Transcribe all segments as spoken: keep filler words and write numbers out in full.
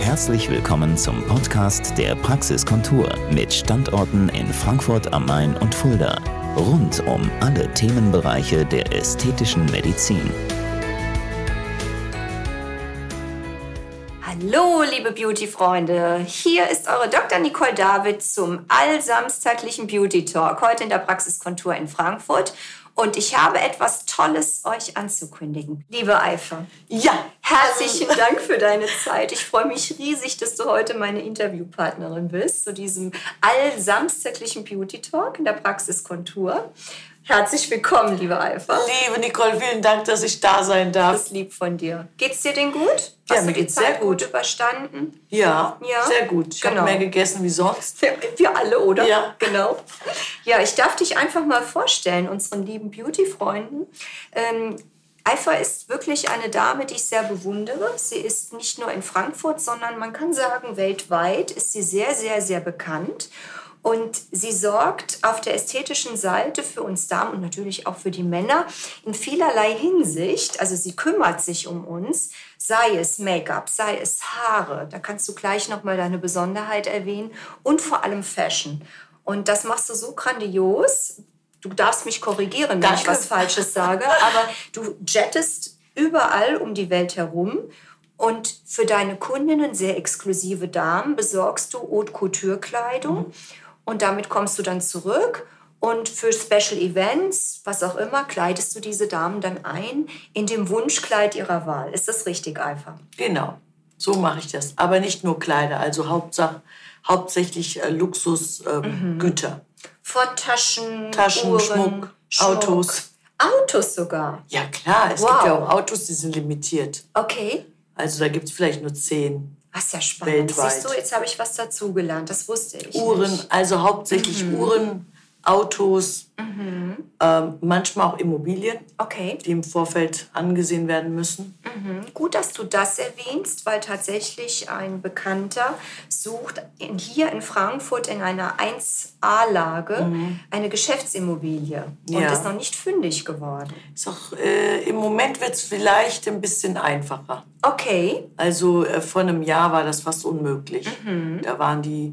Herzlich willkommen zum Podcast der Praxiskontur mit Standorten in Frankfurt am Main und Fulda. Rund um alle Themenbereiche der ästhetischen Medizin. Hallo, liebe Beauty-Freunde. Hier ist eure Doktor Nicole David zum allsamstaglichen Beauty Talk, heute in der Praxiskontur in Frankfurt. Und ich habe etwas Tolles euch anzukündigen. Liebe Eifer. Ja. Herzlichen Dank für deine Zeit. Ich freue mich riesig, dass du heute meine Interviewpartnerin bist zu diesem allsamstaglichen Beauty Talk in der Praxiskontur. Herzlich willkommen, liebe Eifer. Liebe Nicole, vielen Dank, dass ich da sein darf. Das ist lieb von dir. Geht's dir denn gut? Hast ja, du mir die geht's Zeit sehr gut. gut überstanden? Ja, ja, sehr gut. Ich genau. habe mehr gegessen wie sonst. Wir, wir alle, oder? Ja. Genau. Ja, ich darf dich einfach mal vorstellen, unseren lieben Beauty-Freunden. Ähm, Eifer ist wirklich eine Dame, die ich sehr bewundere. Sie ist nicht nur in Frankfurt, sondern man kann sagen, weltweit ist sie sehr, sehr, sehr bekannt. Und sie sorgt auf der ästhetischen Seite für uns Damen und natürlich auch für die Männer in vielerlei Hinsicht. Also sie kümmert sich um uns, sei es Make-up, sei es Haare. Da kannst du gleich nochmal deine Besonderheit erwähnen. Und vor allem Fashion. Und das machst du so grandios. Du darfst mich korrigieren, wenn Danke. ich was Falsches sage. Aber du jettest überall um die Welt herum. Und für deine Kundinnen, sehr exklusive Damen, besorgst du Haute-Couture-Kleidung. Mhm. Und damit kommst du dann zurück und für Special Events, was auch immer, kleidest du diese Damen dann ein in dem Wunschkleid ihrer Wahl. Ist das richtig, Eifer? Genau, so mache ich das. Aber nicht nur Kleider, also Hauptsache, hauptsächlich äh, Luxusgüter. Ähm, mhm. Von Taschen, Taschen, Uhren, Schmuck, Schmuck, Autos. Autos sogar? Ja klar, es wow. gibt ja auch Autos, die sind limitiert. Okay. Also da gibt es vielleicht nur zehn. Das ist ja spannend. Weltweit. Siehst du, jetzt habe ich was dazugelernt. Das wusste ich Uhren, nicht. also hauptsächlich mhm. Uhren, Autos, mhm. ähm, manchmal auch Immobilien, okay. die im Vorfeld angesehen werden müssen. Mhm. Gut, dass du das erwähnst, weil tatsächlich ein Bekannter sucht in, hier in Frankfurt in einer eins A-Lage mhm. eine Geschäftsimmobilie und ja. ist noch nicht fündig geworden. Ist auch, äh, im Moment wird es vielleicht ein bisschen einfacher. Okay. Also äh, vor einem Jahr war das fast unmöglich. Mhm. Da waren die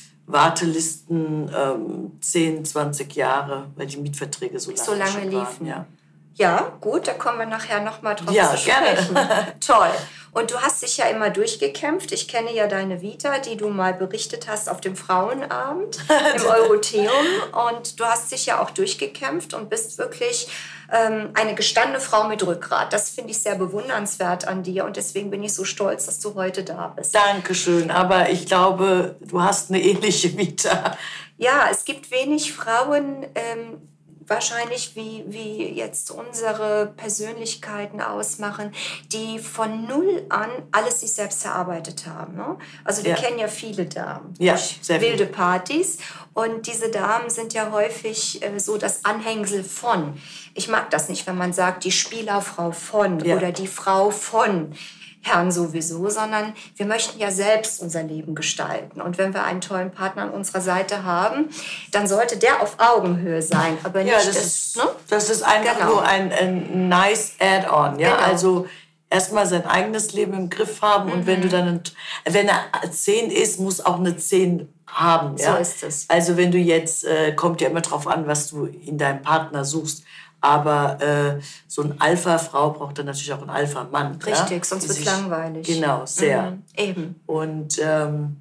Wartelisten ähm, zehn, zwanzig Jahre, weil die Mietverträge so lange, so lange schon liefen. Waren, ja. Ja, gut, da kommen wir nachher noch mal drauf ja, zu sprechen. Gerne. Toll. Und du hast dich ja immer durchgekämpft. Ich kenne ja deine Vita, die du mal berichtet hast auf dem Frauenabend im Eurotheum. Und du hast dich ja auch durchgekämpft und bist wirklich ähm, eine gestandene Frau mit Rückgrat. Das finde ich sehr bewundernswert an dir. Und deswegen bin ich so stolz, dass du heute da bist. Dankeschön. Aber ich glaube, du hast eine ähnliche Vita. Ja, es gibt wenig Frauen, ähm, wahrscheinlich wie, wie jetzt unsere Persönlichkeiten ausmachen, die von null an alles sich selbst erarbeitet haben. Ne? Also wir ja. kennen ja viele Damen ja, durch sehr wilde viel. Partys und diese Damen sind ja häufig äh, so das Anhängsel von. Ich mag das nicht, wenn man sagt, die Spielerfrau von ja. oder die Frau von Herrn sowieso, sondern wir möchten ja selbst unser Leben gestalten. Und wenn wir einen tollen Partner an unserer Seite haben, dann sollte der auf Augenhöhe sein. Aber nicht ja, das, das, ist, ne? das ist einfach genau. nur ein, ein nice Add-on. Ja? Genau. Also erstmal sein eigenes Leben im Griff haben. Mhm. Und wenn du dann, ein, wenn er zehn ist, muss auch eine zehn haben. Ja? So ist es. Also wenn du jetzt, äh, kommt ja immer drauf an, was du in deinem Partner suchst. Aber äh, so eine Alpha-Frau braucht dann natürlich auch einen Alpha-Mann. Richtig, ja? sonst wird es langweilig. Genau, sehr. Mhm, eben. Und ähm,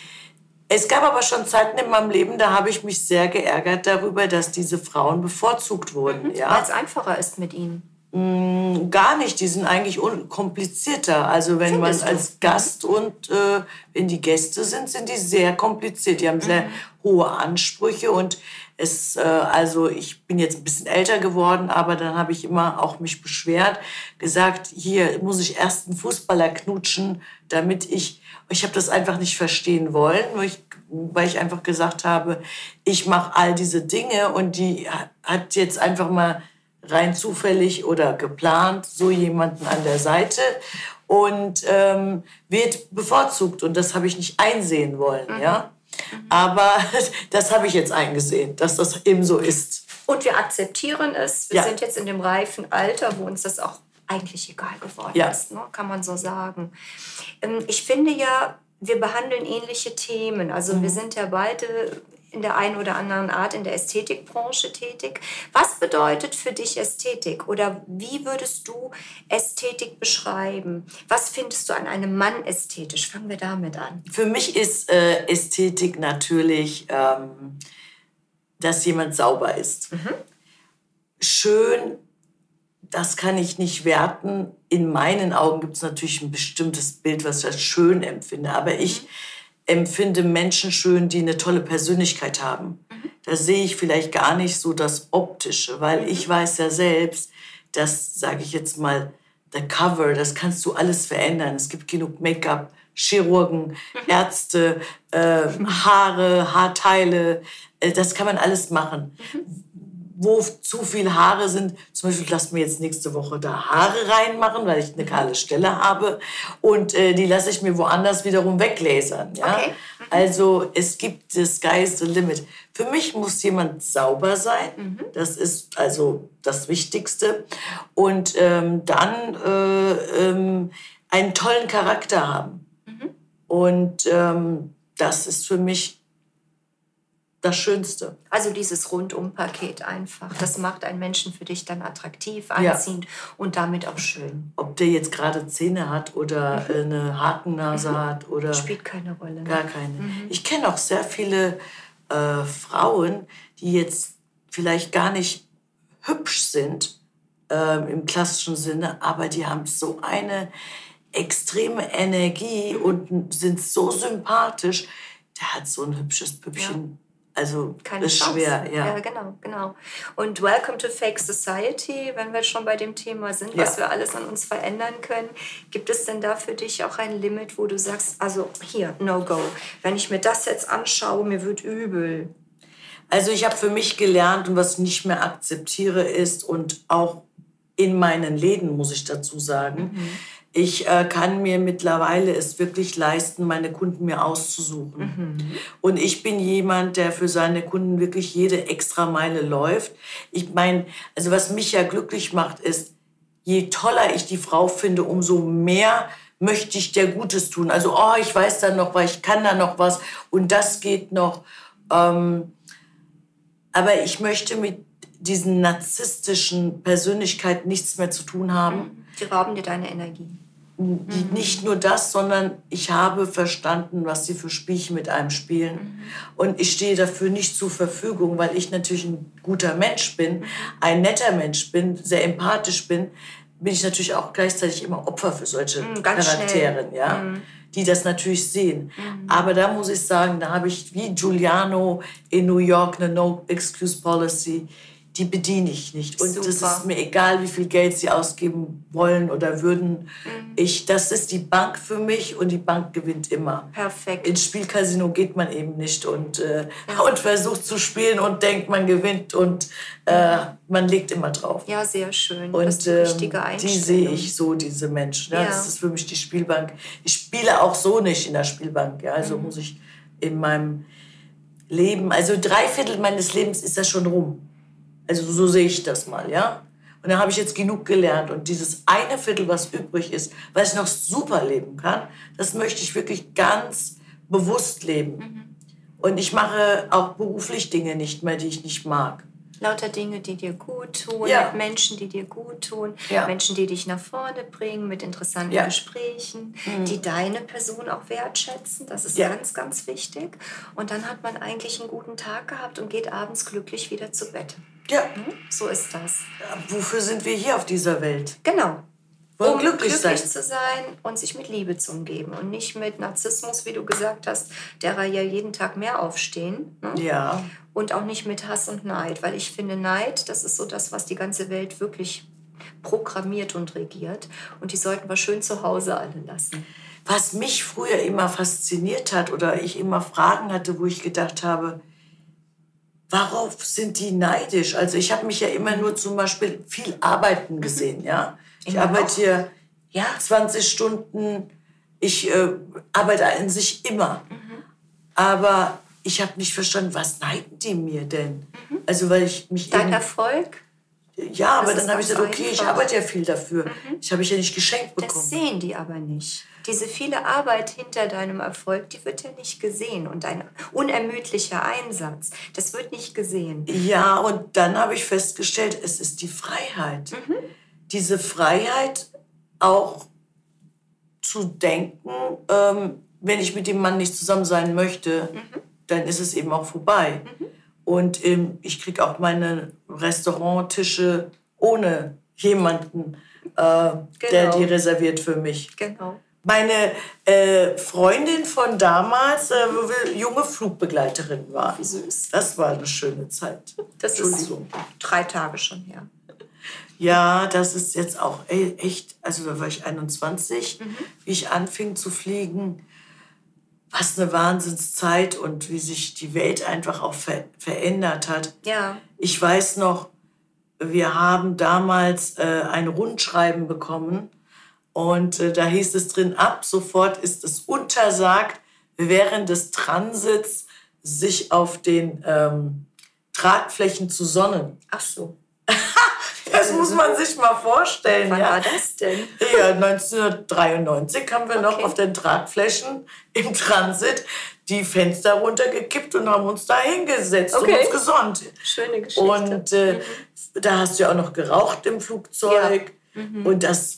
es gab aber schon Zeiten in meinem Leben, da habe ich mich sehr geärgert darüber, dass diese Frauen bevorzugt wurden. Mhm, ja? weil es einfacher ist mit ihnen. Mm, gar nicht, die sind eigentlich komplizierter. Also wenn Findest man als Gast mhm. und äh, wenn die Gäste sind, sind die sehr kompliziert. Die haben sehr mhm. hohe Ansprüche und es, äh, also ich bin jetzt ein bisschen älter geworden, aber dann habe ich immer auch mich beschwert, gesagt, hier muss ich erst einen Fußballer knutschen, damit ich, ich habe das einfach nicht verstehen wollen, weil ich, weil ich einfach gesagt habe, ich mache all diese Dinge und die hat jetzt einfach mal rein zufällig oder geplant so jemanden an der Seite und ähm, wird bevorzugt und das habe ich nicht einsehen wollen, mhm. ja. Aber das habe ich jetzt eingesehen, dass das eben so ist. Und wir akzeptieren es. Wir ja. sind jetzt in dem reifen Alter, wo uns das auch eigentlich egal geworden ja. ist, ne? Kann man so sagen. Ich finde ja, wir behandeln ähnliche Themen. Also mhm. wir sind ja beide in der einen oder anderen Art in der Ästhetikbranche tätig. Was bedeutet für dich Ästhetik? Oder wie würdest du Ästhetik beschreiben? Was findest du an einem Mann ästhetisch? Fangen wir damit an. Für mich ist äh, Ästhetik natürlich, ähm, dass jemand sauber ist. Mhm. Schön, das kann ich nicht werten. In meinen Augen gibt es natürlich ein bestimmtes Bild, was ich als schön empfinde. Aber ich mhm. empfinde Menschen schön, die eine tolle Persönlichkeit haben. Mhm. Da sehe ich vielleicht gar nicht so das Optische, weil mhm. ich weiß ja selbst, dass, sage ich jetzt mal, der Cover, das kannst du alles verändern. Es gibt genug Make-up, Chirurgen, mhm. Ärzte, äh, Haare, Haarteile, äh, das kann man alles machen. Mhm. Wo zu viel Haare sind, zum Beispiel lass mir jetzt nächste Woche da Haare reinmachen, weil ich eine kahle Stelle habe und äh, die lasse ich mir woanders wiederum weglasern. Ja? Okay. Mhm. Also es gibt, the sky is the limit. Für mich muss jemand sauber sein, mhm. das ist also das Wichtigste. Und ähm, dann äh, ähm, einen tollen Charakter haben. Mhm. Und ähm, das ist für mich das Schönste. Also dieses Rundum-Paket einfach. Das macht einen Menschen für dich dann attraktiv, anziehend ja. und damit auch schön. Ob der jetzt gerade Zähne hat oder mhm. eine Hakennase mhm. hat oder... Spielt keine Rolle. Ne? Gar keine. Mhm. Ich kenne auch sehr viele äh, Frauen, die jetzt vielleicht gar nicht hübsch sind äh, im klassischen Sinne, aber die haben so eine extreme Energie mhm. und sind so sympathisch. Der hat so ein hübsches Püppchen. Ja. Also keine ist Chance. Schwer, ja. Ja, genau, genau. Und Welcome to Fake Society, wenn wir schon bei dem Thema sind, ja. was wir alles an uns verändern können. Gibt es denn da für dich auch ein Limit, wo du sagst, also hier, no go. Wenn ich mir das jetzt anschaue, mir wird übel. Also ich habe für mich gelernt und was ich nicht mehr akzeptiere ist und auch in meinen Läden, muss ich dazu sagen, mhm. ich äh, kann mir mittlerweile es wirklich leisten, meine Kunden mir auszusuchen. Mhm. Und ich bin jemand, der für seine Kunden wirklich jede extra Meile läuft. Ich meine, also was mich ja glücklich macht, ist, je toller ich die Frau finde, umso mehr möchte ich der Gutes tun. Also, oh, ich weiß da noch was, ich kann da noch was und das geht noch. Ähm, aber ich möchte mit diesen narzisstischen Persönlichkeiten nichts mehr zu tun haben. Die rauben dir deine Energie. Die, mhm. Nicht nur das, sondern ich habe verstanden, was sie für Spielchen mit einem spielen. Mhm. Und ich stehe dafür nicht zur Verfügung, weil ich natürlich ein guter Mensch bin, ein netter Mensch bin, sehr empathisch bin, bin ich natürlich auch gleichzeitig immer Opfer für solche mhm, Charaktere, ja, mhm. die das natürlich sehen. Mhm. Aber da muss ich sagen, da habe ich wie Giuliano in New York eine No-Excuse-Policy, die bediene ich nicht. Und es ist mir egal, wie viel Geld sie ausgeben wollen oder würden. Mhm. Ich, das ist die Bank für mich und die Bank gewinnt immer. Perfekt. Ins Spielcasino geht man eben nicht und, äh, ja. und versucht zu spielen und denkt, man gewinnt und äh, man legt immer drauf. Ja, sehr schön. Und das ist die richtige Einstellung. Die sehe ich so, diese Menschen. Ja, ja. Das ist für mich die Spielbank. Ich spiele auch so nicht in der Spielbank. Ja, also mhm. muss ich in meinem Leben, also drei Viertel meines Lebens ist das schon rum. Also so sehe ich das mal, ja. Und da habe ich jetzt genug gelernt. Und dieses eine Viertel, was übrig ist, was ich noch super leben kann, das möchte ich wirklich ganz bewusst leben. Mhm. Und ich mache auch beruflich Dinge nicht mehr, die ich nicht mag. Lauter Dinge, die dir gut tun, ja. mit Menschen, die dir gut tun, ja. Menschen, die dich nach vorne bringen, mit interessanten ja. Gesprächen, mhm. die deine Person auch wertschätzen. Das ist ja. ganz, ganz wichtig. Und dann hat man eigentlich einen guten Tag gehabt und geht abends glücklich wieder zu Bett. Ja. Hm? So ist das. Ja, wofür sind wir hier auf dieser Welt? Genau. Wollen um glücklich, glücklich sein. zu sein und sich mit Liebe zu umgeben und nicht mit Narzissmus, wie du gesagt hast, derer ja jeden Tag mehr aufstehen. Ne? Ja. Und auch nicht mit Hass und Neid, weil ich finde, Neid, das ist so das, was die ganze Welt wirklich programmiert und regiert. Und die sollten wir schön zu Hause alle lassen. Was mich früher immer fasziniert hat oder ich immer Fragen hatte, wo ich gedacht habe, worauf sind die neidisch? Also ich habe mich ja immer nur zum Beispiel viel arbeiten gesehen, ja. Ich immer arbeite auch. hier ja. zwanzig Stunden, ich äh, arbeite an sich immer. Mhm. Aber ich habe nicht verstanden, was neiden die mir denn? Mhm. Also weil ich mich Dein eben, Erfolg? Ja, aber Das dann habe ich ist gesagt, okay, ich einfach. arbeite ja viel dafür. Mhm. Ich habe ich ja nicht geschenkt Das bekommen. sehen die aber nicht. Diese viele Arbeit hinter deinem Erfolg, die wird ja nicht gesehen. Und dein unermüdlicher Einsatz, das wird nicht gesehen. Ja, und dann habe ich festgestellt, es ist die Freiheit. Mhm. Diese Freiheit auch zu denken, ähm, wenn ich mit dem Mann nicht zusammen sein möchte, Mhm. dann ist es eben auch vorbei. Mhm. Und ähm, ich kriege auch meine Restauranttische ohne jemanden, äh, der Genau. die reserviert für mich. Genau. Meine äh, Freundin von damals, äh, wo wir junge Flugbegleiterin war. Wie süß. Das war eine schöne Zeit. Das ist Entschuldigung. drei Tage schon her. Ja, das ist jetzt auch e- echt, also da war ich einundzwanzig, Mhm. wie ich anfing zu fliegen. Was eine Wahnsinnszeit und wie sich die Welt einfach auch ver verändert hat. Ja. Ich weiß noch, wir haben damals äh, ein Rundschreiben bekommen und äh, da hieß es drin, ab sofort ist es untersagt, während des Transits sich auf den ähm, Tragflächen zu sonnen. Ach so. Das muss man sich mal vorstellen. Wann ja. war das denn? Ja, neunzehnhundertdreiundneunzig haben wir noch Okay. auf den Tragflächen im Transit die Fenster runtergekippt und haben uns da hingesetzt Okay. und uns gesonnt. Schöne Geschichte. Und äh, da hast du ja auch noch geraucht im Flugzeug. Und das,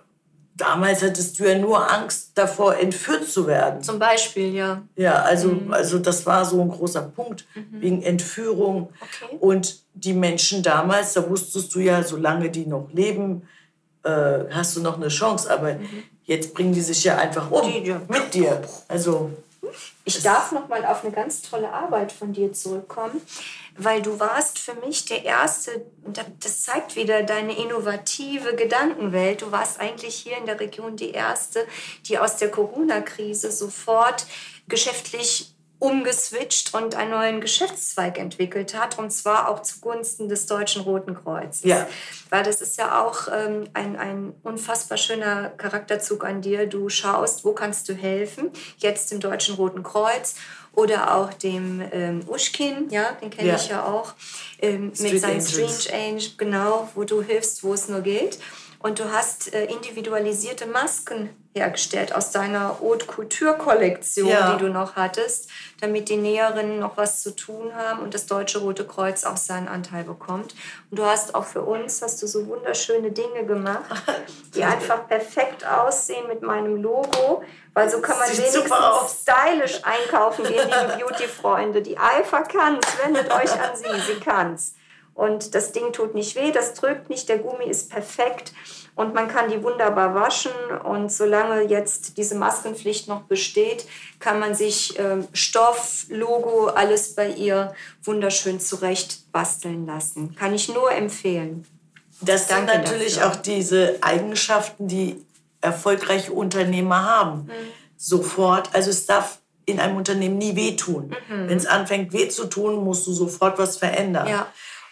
damals hattest du ja nur Angst davor, entführt zu werden. Zum Beispiel, ja. Ja, also, also das war so ein großer Punkt wegen Entführung. Okay. Und die Menschen damals, da wusstest du ja, solange die noch leben, äh, hast du noch eine Chance. Aber jetzt bringen die sich ja einfach um Die, ja. mit dir. Also Ich darf noch mal auf eine ganz tolle Arbeit von dir zurückkommen, weil du warst für mich der Erste, und das zeigt wieder deine innovative Gedankenwelt. Du warst eigentlich hier in der Region die Erste, die aus der Corona-Krise sofort geschäftlich umgeswitcht und einen neuen Geschäftszweig entwickelt hat, und zwar auch zugunsten des Deutschen Roten Kreuzes. Ja. Weil das ist ja auch ähm, ein, ein unfassbar schöner Charakterzug an dir. Du schaust, wo kannst du helfen, jetzt dem Deutschen Roten Kreuz oder auch dem ähm, Uschkin, ja, den kenne Ja. ich ja auch, ähm, mit Street seinen Angels. Strange Angel, genau, wo du hilfst, wo es nur geht. Und du hast äh, individualisierte Masken hergestellt aus deiner Haute Couture-Kollektion, Ja. die du noch hattest, damit die Näherinnen noch was zu tun haben und das Deutsche Rote Kreuz auch seinen Anteil bekommt. Und du hast auch für uns, hast du so wunderschöne Dinge gemacht, die einfach perfekt aussehen mit meinem Logo, weil so kann man Sieht wenigstens super aus. stylisch einkaufen gehen, liebe Beauty-Freunde. Die Eifer kann's, wendet euch an sie, sie kann's. Und das Ding tut nicht weh, das drückt nicht, der Gummi ist perfekt und man kann die wunderbar waschen. Und solange jetzt diese Maskenpflicht noch besteht, kann man sich ähm, Stoff, Logo, alles bei ihr wunderschön zurecht basteln lassen. Kann ich nur empfehlen. das sind Danke natürlich dafür. auch diese Eigenschaften, die erfolgreiche Unternehmer haben. Sofort, also es darf in einem Unternehmen nie wehtun. Wenn es anfängt weh zu tun, musst du sofort was verändern. Ja.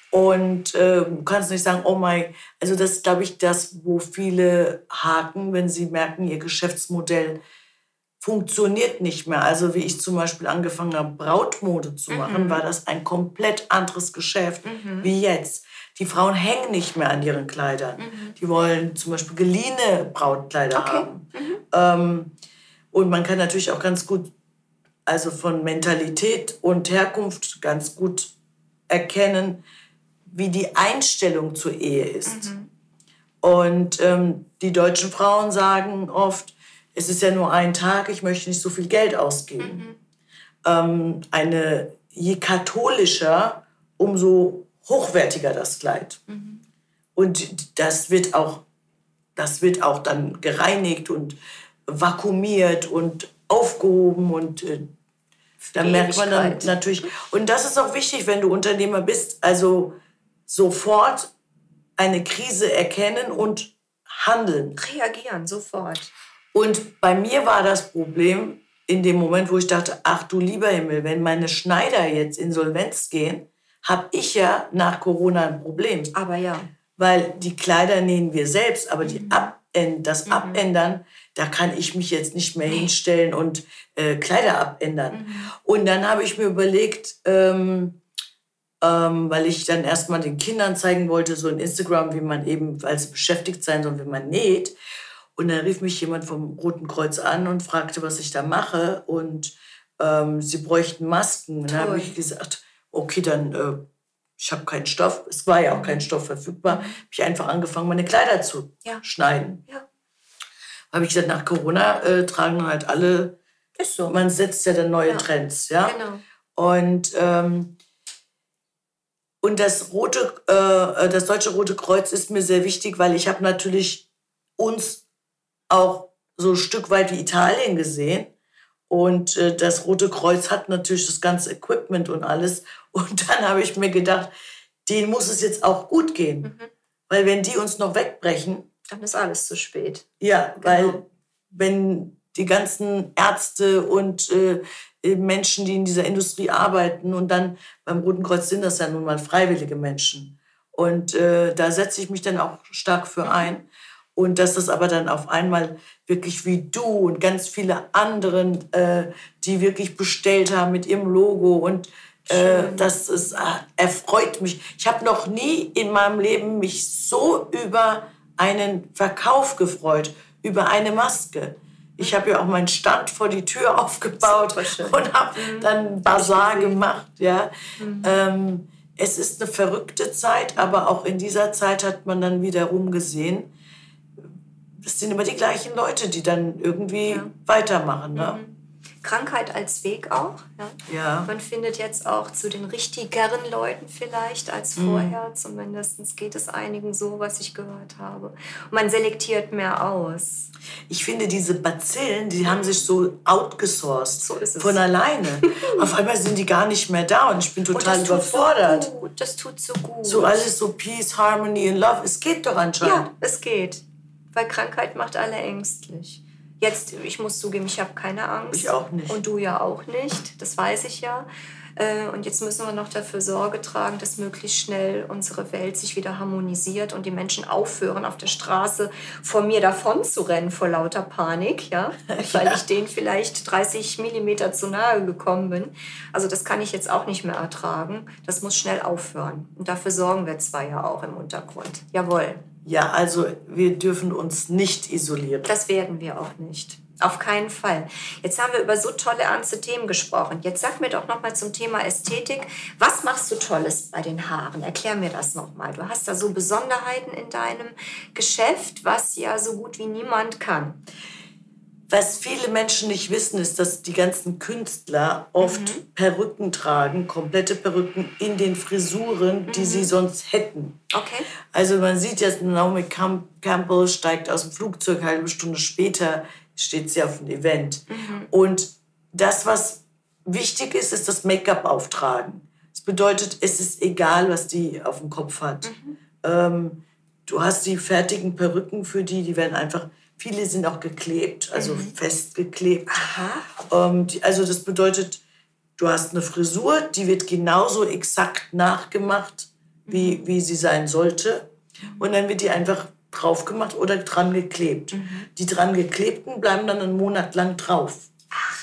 Und äh, du kannst nicht sagen, oh mein, also das ist, glaube ich, das, wo viele haken, wenn sie merken, ihr Geschäftsmodell funktioniert nicht mehr. Also wie ich zum Beispiel angefangen habe, Brautmode zu machen, war das ein komplett anderes Geschäft wie jetzt. Die Frauen hängen nicht mehr an ihren Kleidern. Die wollen zum Beispiel geliehene Brautkleider Okay. haben. Ähm, und man kann natürlich auch ganz gut, also von Mentalität und Herkunft ganz gut erkennen, wie die Einstellung zur Ehe ist. Und ähm, die deutschen Frauen sagen oft, es ist ja nur ein Tag, ich möchte nicht so viel Geld ausgeben. Ähm, eine, je katholischer, umso hochwertiger das Kleid. Und das wird auch, das wird auch dann gereinigt und vakuumiert und aufgehoben und äh, da merkt man dann Ewigkeit. natürlich, und das ist auch wichtig, wenn du Unternehmer bist, also sofort eine Krise erkennen und handeln. Reagieren, sofort. Und bei mir war das Problem in dem Moment, wo ich dachte, ach du lieber Himmel, wenn meine Schneider jetzt Insolvenz gehen, habe ich ja nach Corona ein Problem. Aber ja. Weil die Kleider nähen wir selbst, aber die Abänd das Abändern, da kann ich mich jetzt nicht mehr hinstellen und äh, Kleider abändern. Und dann habe ich mir überlegt, ähm, ähm, weil ich dann erstmal den Kindern zeigen wollte, so in Instagram, wie man eben als beschäftigt sein soll, wie man näht. Und dann rief mich jemand vom Roten Kreuz an und fragte, was ich da mache. Und ähm, sie bräuchten Masken. Und dann habe ich gesagt, okay, dann, äh, ich habe keinen Stoff. Es war ja auch mhm. kein Stoff verfügbar. Mhm. Habe ich einfach angefangen, meine Kleider zu ja. schneiden. Ja. Habe ich gesagt, nach Corona äh, tragen halt alle, ist so. Man setzt ja dann neue ja. Trends. Ja? Genau. Und, ähm, und das, Rote, äh, das Deutsche Rote Kreuz ist mir sehr wichtig, weil ich habe natürlich uns auch so ein Stück weit wie Italien gesehen. Und äh, das Rote Kreuz hat natürlich das ganze Equipment und alles. Und dann habe ich mir gedacht, denen muss es jetzt auch gut gehen. Mhm. Weil wenn die uns noch wegbrechen... Dann ist alles zu spät. Ja, genau. Weil wenn die ganzen Ärzte und äh, Menschen, die in dieser Industrie arbeiten, und dann beim Roten Kreuz sind das ja nun mal freiwillige Menschen. Und äh, da setze ich mich dann auch stark für ein. Und dass das aber dann auf einmal wirklich wie du und ganz viele anderen, äh, die wirklich bestellt haben mit ihrem Logo. Und äh, das ist, äh, erfreut mich. Ich habe noch nie in meinem Leben mich so über einen Verkauf gefreut, über eine Maske. Ich habe ja auch meinen Stand vor die Tür aufgebaut und habe mhm. dann Bazar gemacht. Ja. Mhm. Ähm, es ist eine verrückte Zeit, aber auch in dieser Zeit hat man dann wiederum gesehen, das sind immer die gleichen Leute, die dann irgendwie ja. weitermachen. Ne? Mhm. Krankheit als Weg auch. Ja? Ja. Man findet jetzt auch zu den richtigeren Leuten vielleicht als vorher. Mhm. Zumindest geht es einigen so, was ich gehört habe. Und man selektiert mehr aus. Ich finde, diese Bazillen, die haben sich so outgesourced. So ist es. Von alleine. Auf einmal sind die gar nicht mehr da und ich bin total das überfordert. Tut so gut. Das tut so gut. So alles so Peace, Harmony and Love. Es geht doch anscheinend. Ja, es geht. Weil Krankheit macht alle ängstlich. Jetzt, ich muss zugeben, ich habe keine Angst. Ich auch nicht. Und du ja auch nicht, das weiß ich ja. Und jetzt müssen wir noch dafür Sorge tragen, dass möglichst schnell unsere Welt sich wieder harmonisiert und die Menschen aufhören, auf der Straße vor mir davon zu rennen vor lauter Panik, ja? Weil ja. ich denen vielleicht dreißig Millimeter zu nahe gekommen bin. Also das kann ich jetzt auch nicht mehr ertragen. Das muss schnell aufhören. Und dafür sorgen wir zwar ja auch im Untergrund. Jawohl. Ja, also wir dürfen uns nicht isolieren. Das werden wir auch nicht. Auf keinen Fall. Jetzt haben wir über so tolle, ernste Themen gesprochen. Jetzt sag mir doch noch mal zum Thema Ästhetik. Was machst du Tolles bei den Haaren? Erklär mir das noch mal. Du hast da so Besonderheiten in deinem Geschäft, was ja so gut wie niemand kann. Was viele Menschen nicht wissen, ist, dass die ganzen Künstler oft mhm. Perücken tragen, komplette Perücken in den Frisuren, die mhm. sie sonst hätten. Okay. Also man sieht jetzt, Naomi Campbell steigt aus dem Flugzeug, eine halbe Stunde später steht sie auf einem Event. Mhm. Und das, was wichtig ist, ist das Make-up auftragen. Das bedeutet, es ist egal, was die auf dem Kopf hat. Mhm. Ähm, du hast die fertigen Perücken für die, die werden einfach... Viele sind auch geklebt, also mhm. festgeklebt. Aha. Ähm, die, also das bedeutet, du hast eine Frisur, die wird genauso exakt nachgemacht, wie, mhm. wie sie sein sollte. Und dann wird die einfach drauf gemacht oder dran geklebt. Mhm. Die dran geklebten bleiben dann einen Monat lang drauf. Ach.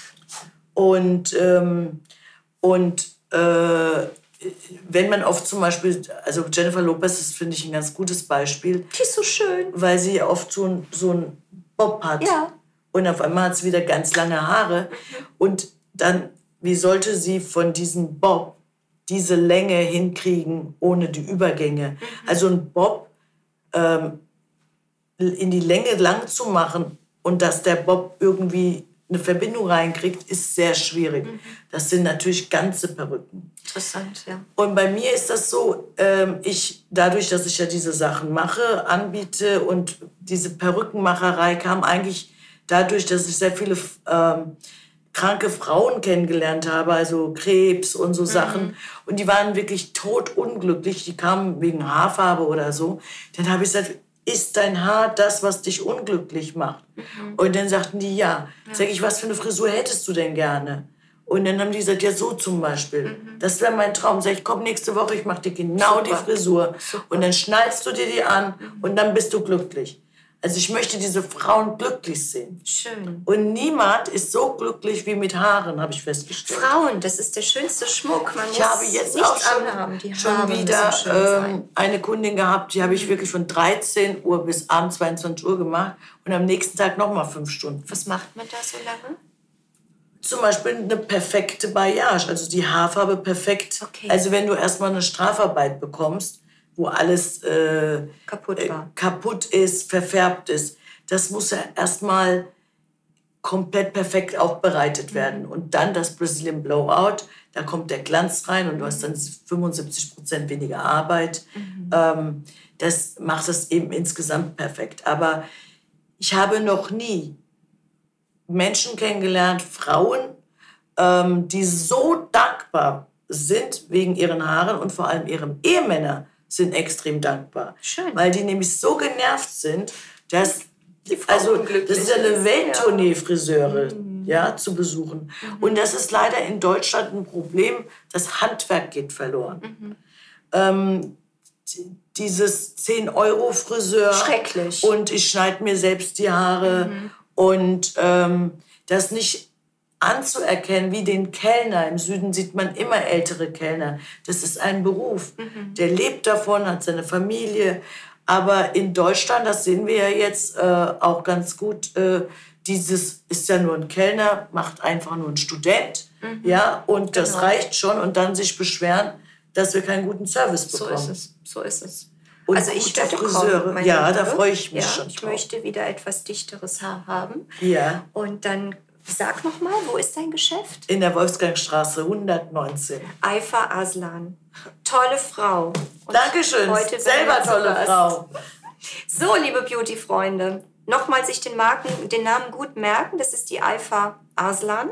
Und, ähm, und äh, wenn man oft zum Beispiel, also Jennifer Lopez ist, finde ich, ein ganz gutes Beispiel. Die ist so schön. Weil sie oft so ein, so ein Bob hat. Ja. Und auf einmal hat sie wieder ganz lange Haare. Mhm. Und dann, wie sollte sie von diesem Bob diese Länge hinkriegen, ohne die Übergänge? Mhm. Also ein Bob ähm, in die Länge lang zu machen und dass der Bob irgendwie eine Verbindung reinkriegt, ist sehr schwierig. Mhm. Das sind natürlich ganze Perücken. Interessant, ja. Und bei mir ist das so, ähm, ich, dadurch, dass ich ja diese Sachen mache, anbiete und diese Perückenmacherei kam eigentlich dadurch, dass ich sehr viele ähm, kranke Frauen kennengelernt habe, also Krebs und so mhm. Sachen. Und die waren wirklich totunglücklich, die kamen wegen Haarfarbe oder so. Dann habe ich gesagt, ist dein Haar das, was dich unglücklich macht? Mhm. Und dann sagten die, ja. ja. Sag ich, was für eine Frisur hättest du denn gerne? Und dann haben die gesagt, ja, so zum Beispiel. Mhm. Das wäre mein Traum. Sag ich, komm nächste Woche, ich mache dir genau Super. die Frisur. Super. Und dann schnallst du dir die an mhm. und dann bist du glücklich. Also ich möchte diese Frauen glücklich sehen. Schön. Und niemand ist so glücklich wie mit Haaren, habe ich festgestellt. Frauen, das ist der schönste Schmuck. Man Ich muss habe jetzt nichts auch schon, anhaben. Die schon Haare wieder müssen schön sein. ähm, eine Kundin gehabt, die habe ich wirklich von dreizehn Uhr bis abends zweiundzwanzig Uhr gemacht und am nächsten Tag nochmal fünf Stunden. Was macht man da so lange? Zum Beispiel eine perfekte Balayage, also die Haarfarbe perfekt. Okay. Also wenn du erstmal eine Strafarbeit bekommst, wo alles äh, Kaputt war. äh, kaputt ist, verfärbt ist, das muss ja erstmal komplett perfekt aufbereitet werden. Und dann das Brazilian Blowout, da kommt der Glanz rein und du hast dann fünfundsiebzig Prozent weniger Arbeit. Mhm. Ähm, das macht es eben insgesamt perfekt. Aber ich habe noch nie Menschen kennengelernt, Frauen, ähm, die so dankbar sind wegen ihren Haaren und vor allem ihren Ehemänner sind extrem dankbar. Schön. Weil die nämlich so genervt sind, dass Die Frau also unglücklich das ist ja eine ist, Welttournee, Friseure Mhm. ja, zu besuchen. Mhm. Und das ist leider in Deutschland ein Problem. Das Handwerk geht verloren. Mhm. Ähm, dieses zehn-Euro-Friseur. Schrecklich. Und ich schneide mir selbst die Haare. Mhm. Und ähm, das nicht anzuerkennen, wie den Kellner. Im Süden sieht man immer ältere Kellner. Das ist ein Beruf. Mhm. Der lebt davon, hat seine Familie. Aber in Deutschland, das sehen wir ja jetzt äh, auch ganz gut, äh, dieses ist ja nur ein Kellner, macht einfach nur ein Student. Mhm. Ja, und das Genau. reicht schon. Und dann sich beschweren, dass wir keinen guten Service bekommen. So ist es. So ist es. Und also ich gute werde Friseure. kommen, meine Ja, Liebe. da freue ich mich ja, schon Ich drauf. möchte wieder etwas dichteres Haar haben. Ja. Und dann sag noch mal, wo ist dein Geschäft? In der Wolfgangstraße hundertneunzehn. Aifa Aslan. Tolle Frau. Und Dankeschön. heute Selber werden wir tolle zu Gast. Frau. So, liebe Beauty-Freunde, nochmal sich den, Marken, den Namen gut merken. Das ist die Aifa Aslan.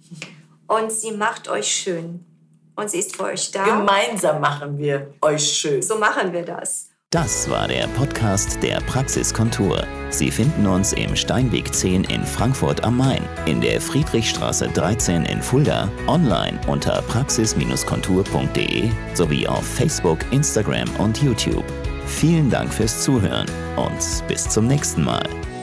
Und sie macht euch schön. Und sie ist für euch da. Gemeinsam machen wir euch schön. So machen wir das. Das war der Podcast der Praxiskontur. Sie finden uns im Steinweg zehn in Frankfurt am Main, in der Friedrichstraße dreizehn in Fulda, online unter praxis kontur punkt de sowie auf Facebook, Instagram und YouTube. Vielen Dank fürs Zuhören und bis zum nächsten Mal.